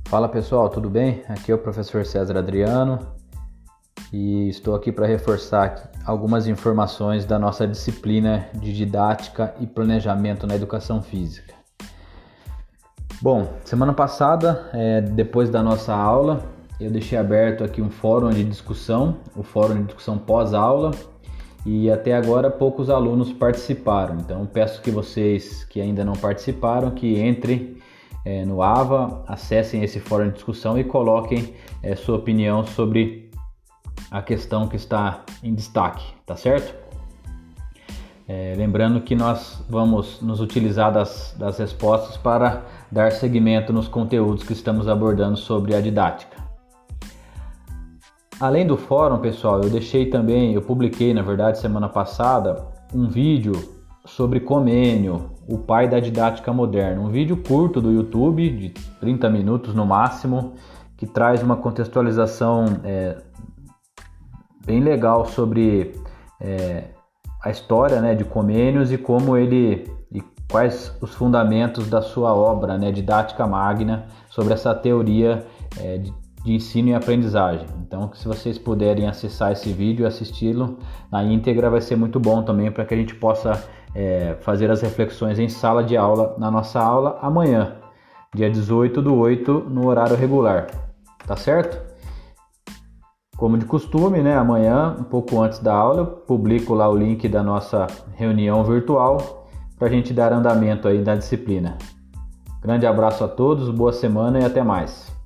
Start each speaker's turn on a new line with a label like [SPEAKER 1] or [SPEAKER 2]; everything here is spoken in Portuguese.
[SPEAKER 1] Fala pessoal, tudo bem? Aqui é o professor César Adriano e estou aqui para reforçar algumas informações da nossa disciplina de didática e planejamento na educação física. Bom, semana passada, depois da nossa aula, eu deixei aberto aqui um fórum de discussão, o fórum de discussão pós-aula, e até agora poucos alunos participaram. Então peço que vocês que ainda não participaram, que entrem no AVA, acessem esse fórum de discussão e coloquem sua opinião sobre a questão que está em destaque, tá certo? Lembrando que nós vamos nos utilizar das respostas para dar seguimento nos conteúdos que estamos abordando sobre a didática. Além do fórum, pessoal, eu publiquei, na verdade, semana passada, um vídeo sobre Comênio, o pai da didática moderna. Um vídeo curto do YouTube, de 30 minutos no máximo, que traz uma contextualização bem legal sobre a história, de Comênios e quais os fundamentos da sua obra, Didática Magna, sobre essa teoria de ensino e aprendizagem. Então, se vocês puderem acessar esse vídeo e assisti-lo na íntegra, vai ser muito bom também para que a gente possa fazer as reflexões em sala de aula, na nossa aula amanhã, dia 18/8, no horário regular, tá certo? Como de costume, amanhã, um pouco antes da aula, eu publico lá o link da nossa reunião virtual para a gente dar andamento aí na disciplina. Grande abraço a todos, boa semana e até mais.